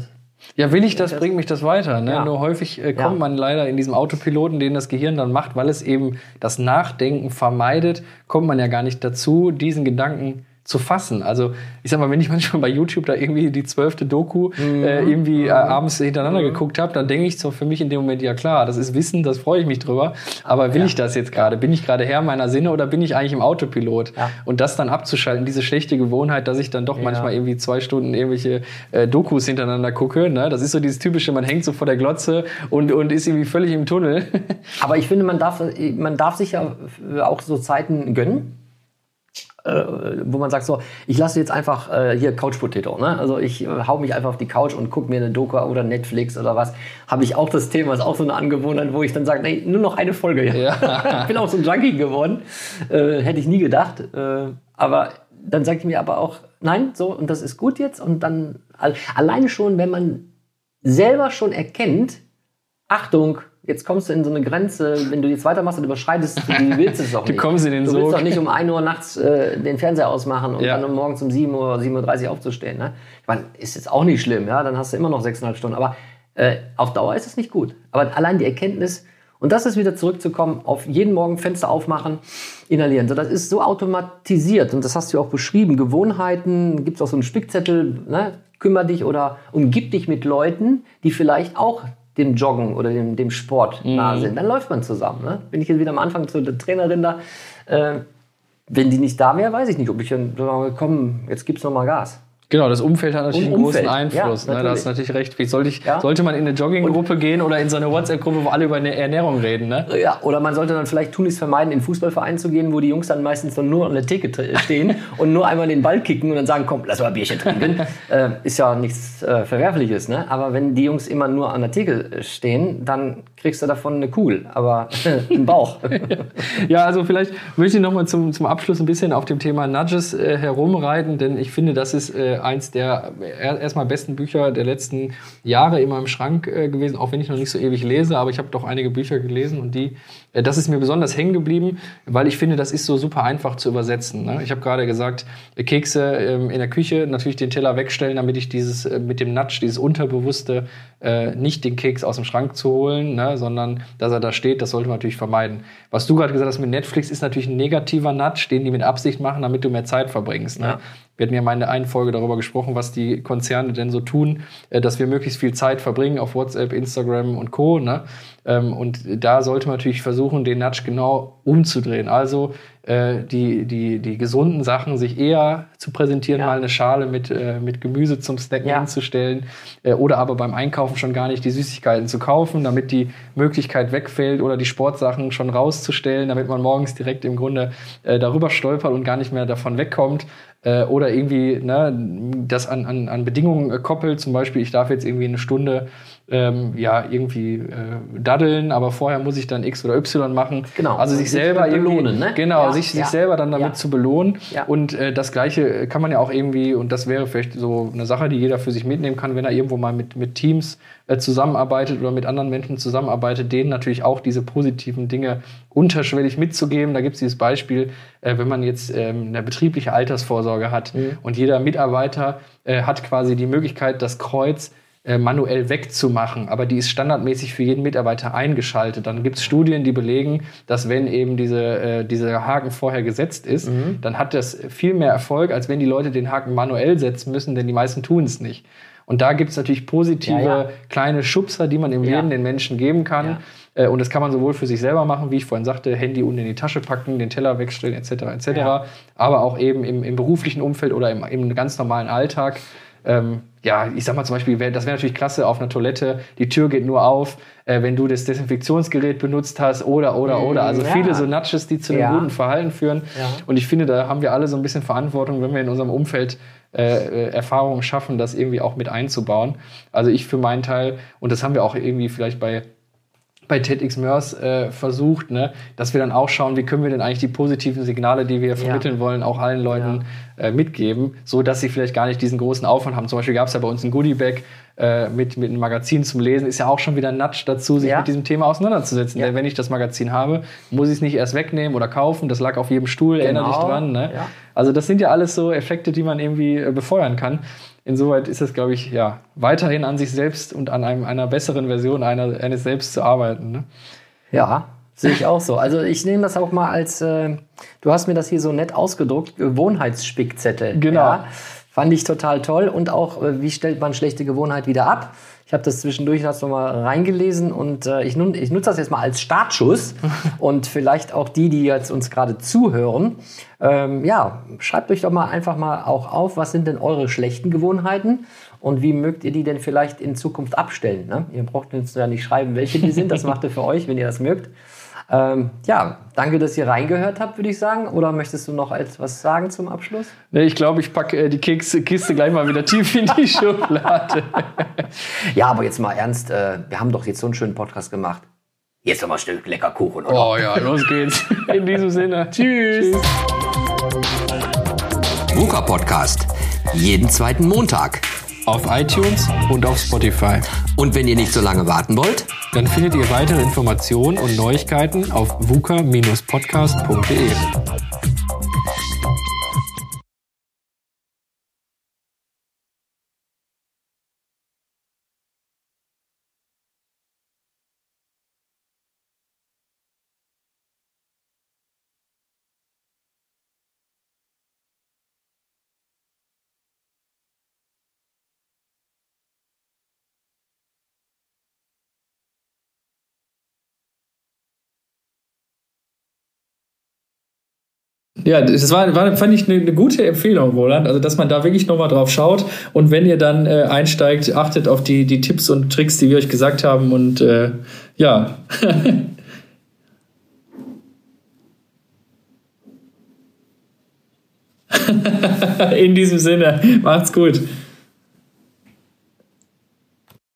Ja, will ich das, das bringt mich das weiter. Ne? Ja. Nur häufig äh, kommt ja. man leider in diesem Autopiloten, den das Gehirn dann macht, weil es eben das Nachdenken vermeidet, kommt man ja gar nicht dazu, diesen Gedanken zu fassen. Also ich sag mal, wenn ich manchmal bei YouTube da irgendwie die zwölfte Doku mhm. äh, irgendwie äh, abends hintereinander mhm. geguckt habe, dann denke ich so für mich in dem Moment, ja klar, das ist Wissen, das freue ich mich drüber, aber will ja. ich das jetzt gerade? Bin ich gerade Herr meiner Sinne oder bin ich eigentlich im Autopilot? Ja. Und das dann abzuschalten, diese schlechte Gewohnheit, dass ich dann doch ja. manchmal irgendwie zwei Stunden irgendwelche äh, Dokus hintereinander gucke, ne? Das ist so dieses typische, man hängt so vor der Glotze und, und ist irgendwie völlig im Tunnel. Aber ich finde, man darf, man darf sich ja auch so Zeiten gönnen, wo man sagt so, ich lasse jetzt einfach äh, hier Couch Potato, ne? Also ich äh, hau mich einfach auf die Couch und gucke mir eine Doku oder Netflix oder was. Habe ich auch das Thema, ist auch so eine Angewohnheit, wo ich dann sage, nee, nur noch eine Folge. Ja. Ja. Ich bin auch so ein Junkie geworden. Äh, hätte ich nie gedacht. Äh, aber dann sage ich mir aber auch, nein, so, und das ist gut jetzt. Und dann, alleine schon, wenn man selber schon erkennt, Achtung, jetzt kommst du in so eine Grenze, wenn du jetzt weitermachst und überschreitest, du willst es doch nicht. Du kommst in den Du Sog. willst doch nicht um ein Uhr nachts äh, den Fernseher ausmachen und ja. dann um morgens um sieben Uhr, sieben Uhr dreißig aufzustehen. Ne? Ich meine, ist jetzt auch nicht schlimm, ja, dann hast du immer noch sechseinhalb Stunden. Aber äh, auf Dauer ist es nicht gut. Aber allein die Erkenntnis, und das ist wieder zurückzukommen, auf jeden Morgen Fenster aufmachen, inhalieren. So, das ist so automatisiert und das hast du auch beschrieben. Gewohnheiten, gibt es auch so einen Spickzettel, ne? Kümmer dich oder umgib dich mit Leuten, die vielleicht auch dem Joggen oder dem, dem Sport mhm. nahe sind. Dann läuft man zusammen. Ne? Bin ich jetzt wieder am Anfang zu der Trainerin da. Äh, wenn die nicht da wäre, weiß ich nicht, ob ich dann sage, komm, jetzt gibt's noch mal Gas. Genau, das Umfeld hat natürlich Und einen Umfeld. großen Einfluss. Ja, ne? Da hast du natürlich recht. Wie sollte, ich, ja? sollte man in eine Jogginggruppe gehen oder in so eine WhatsApp-Gruppe, wo alle über eine Ernährung reden? Ne? Ja, oder man sollte dann vielleicht tunlichst vermeiden, in einen Fußballverein zu gehen, wo die Jungs dann meistens dann nur an der Theke stehen und nur einmal den Ball kicken und dann sagen, komm, lass mal ein Bierchen trinken. äh, ist ja nichts äh, Verwerfliches. Ne? Aber wenn die Jungs immer nur an der Theke stehen, dann kriegst du davon eine Kugel, aber einen Bauch. Ja, also vielleicht möchte ich noch mal zum, zum Abschluss ein bisschen auf dem Thema Nudges äh, herumreiten, denn ich finde, das ist äh, eins der erstmal besten Bücher der letzten Jahre in meinem Schrank äh, gewesen, auch wenn ich noch nicht so ewig lese, aber ich habe doch einige Bücher gelesen und die, äh, das ist mir besonders hängen geblieben, weil ich finde, das ist so super einfach zu übersetzen. Ne? Ich habe gerade gesagt, Kekse ähm, in der Küche, natürlich den Teller wegstellen, damit ich dieses äh, mit dem Nudge, dieses Unterbewusste, äh, nicht den Keks aus dem Schrank zu holen, ne? Sondern dass er da steht, das sollte man natürlich vermeiden. Was du gerade gesagt hast mit Netflix, ist natürlich ein negativer Nudge, den die mit Absicht machen, damit du mehr Zeit verbringst. Ne? Ja. Wir hatten ja mal in der einen Folge darüber gesprochen, was die Konzerne denn so tun, dass wir möglichst viel Zeit verbringen auf WhatsApp, Instagram und Co. Ne? Und da sollte man natürlich versuchen, den Nudge genau umzudrehen. Also die, die, die gesunden Sachen sich eher zu präsentieren, ja. mal eine Schale mit, mit Gemüse zum Snacken ja. hinzustellen oder aber beim Einkaufen schon gar nicht die Süßigkeiten zu kaufen, damit die Möglichkeit wegfällt oder die Sportsachen schon rauszustellen, damit man morgens direkt im Grunde darüber stolpert und gar nicht mehr davon wegkommt. Oder irgendwie ne, das an, an, an Bedingungen koppelt. Zum Beispiel, ich darf jetzt irgendwie eine Stunde ähm, ja, irgendwie äh, daddeln, aber vorher muss ich dann X oder Y machen. Genau. Also sich selber belohnen, ne? Genau, ja, sich, ja. sich selber dann damit ja. zu belohnen. Ja. Und äh, das Gleiche kann man ja auch irgendwie, und das wäre vielleicht so eine Sache, die jeder für sich mitnehmen kann, wenn er irgendwo mal mit, mit Teams äh, zusammenarbeitet oder mit anderen Menschen zusammenarbeitet, denen natürlich auch diese positiven Dinge unterschwellig mitzugeben. Da gibt es dieses Beispiel, äh, wenn man jetzt ähm, eine betriebliche Altersvorsorge hat mhm. und jeder Mitarbeiter äh, hat quasi die Möglichkeit, das Kreuz äh, manuell wegzumachen, aber die ist standardmäßig für jeden Mitarbeiter eingeschaltet. Dann gibt es Studien, die belegen, dass wenn eben diese, äh, dieser Haken vorher gesetzt ist, mhm. dann hat das viel mehr Erfolg, als wenn die Leute den Haken manuell setzen müssen, denn die meisten tun es nicht. Und da gibt es natürlich positive ja, ja. kleine Schubser, die man im ja. Leben den Menschen geben kann. Ja. Und das kann man sowohl für sich selber machen, wie ich vorhin sagte, Handy unten in die Tasche packen, den Teller wegstellen, et cetera et cetera. Ja. Aber auch eben im, im beruflichen Umfeld oder im, im ganz normalen Alltag. Ähm, ja, ich sag mal zum Beispiel, das wäre natürlich klasse auf einer Toilette, die Tür geht nur auf, äh, wenn du das Desinfektionsgerät benutzt hast oder, oder, oder. Also ja. viele so Nudges, die zu einem ja. guten Verhalten führen. Ja. Und ich finde, da haben wir alle so ein bisschen Verantwortung, wenn wir in unserem Umfeld äh, Erfahrungen schaffen, das irgendwie auch mit einzubauen. Also ich für meinen Teil, und das haben wir auch irgendwie vielleicht bei bei TEDxMörs äh, versucht, ne, dass wir dann auch schauen, wie können wir denn eigentlich die positiven Signale, die wir vermitteln ja. wollen, auch allen Leuten äh, mitgeben, so dass sie vielleicht gar nicht diesen großen Aufwand haben. Zum Beispiel gab es ja bei uns ein Goodiebag äh, mit, mit einem Magazin zum Lesen. Ist ja auch schon wieder ein Nudge dazu, sich Ja. mit diesem Thema auseinanderzusetzen. Ja. Denn wenn ich das Magazin habe, muss ich es nicht erst wegnehmen oder kaufen. Das lag auf jedem Stuhl, Genau. erinnere dich dran. Ne? Ja. Also das sind ja alles so Effekte, die man irgendwie äh, befeuern kann. Insoweit ist es, glaube ich, ja, weiterhin an sich selbst und an einem, einer besseren Version einer, eines selbst zu arbeiten. Ne? Ja, sehe ich auch so. Also ich nehme das auch mal als, äh, du hast mir das hier so nett ausgedruckt, Gewohnheitsspickzettel. Genau. Ja, fand ich total toll. Und auch, äh, wie stellt man schlechte Gewohnheit wieder ab? Ich habe das zwischendurch noch mal reingelesen und äh, ich, nun, ich nutze das jetzt mal als Startschuss. Und vielleicht auch die, die jetzt uns gerade zuhören. Ähm, ja, schreibt euch doch mal einfach mal auch auf, was sind denn eure schlechten Gewohnheiten? Und wie mögt ihr die denn vielleicht in Zukunft abstellen? Ne? Ihr braucht uns ja nicht schreiben, welche die sind. Das macht ihr für euch, wenn ihr das mögt. Ähm, ja, danke, dass ihr reingehört habt, würde ich sagen. Oder möchtest du noch etwas sagen zum Abschluss? Nee, ich glaube, ich packe äh, die Kekse, Kiste gleich mal wieder tief in die Schublade. Ja, aber jetzt mal ernst. Äh, wir haben doch jetzt so einen schönen Podcast gemacht. Jetzt noch mal ein Stück lecker Kuchen, oder? Oh ja, los geht's. In diesem Sinne. Tschüss. VUCA Podcast. Jeden zweiten Montag. Auf iTunes und auf Spotify. Und wenn ihr nicht so lange warten wollt, Dann findet ihr weitere Informationen und Neuigkeiten auf vuca Bindestrich podcast punkt de. Ja, das war, war fand ich eine, eine gute Empfehlung, Roland. Also, dass man da wirklich nochmal drauf schaut. Und wenn ihr dann äh, einsteigt, achtet auf die, die Tipps und Tricks, die wir euch gesagt haben. Und äh, ja. In diesem Sinne, macht's gut.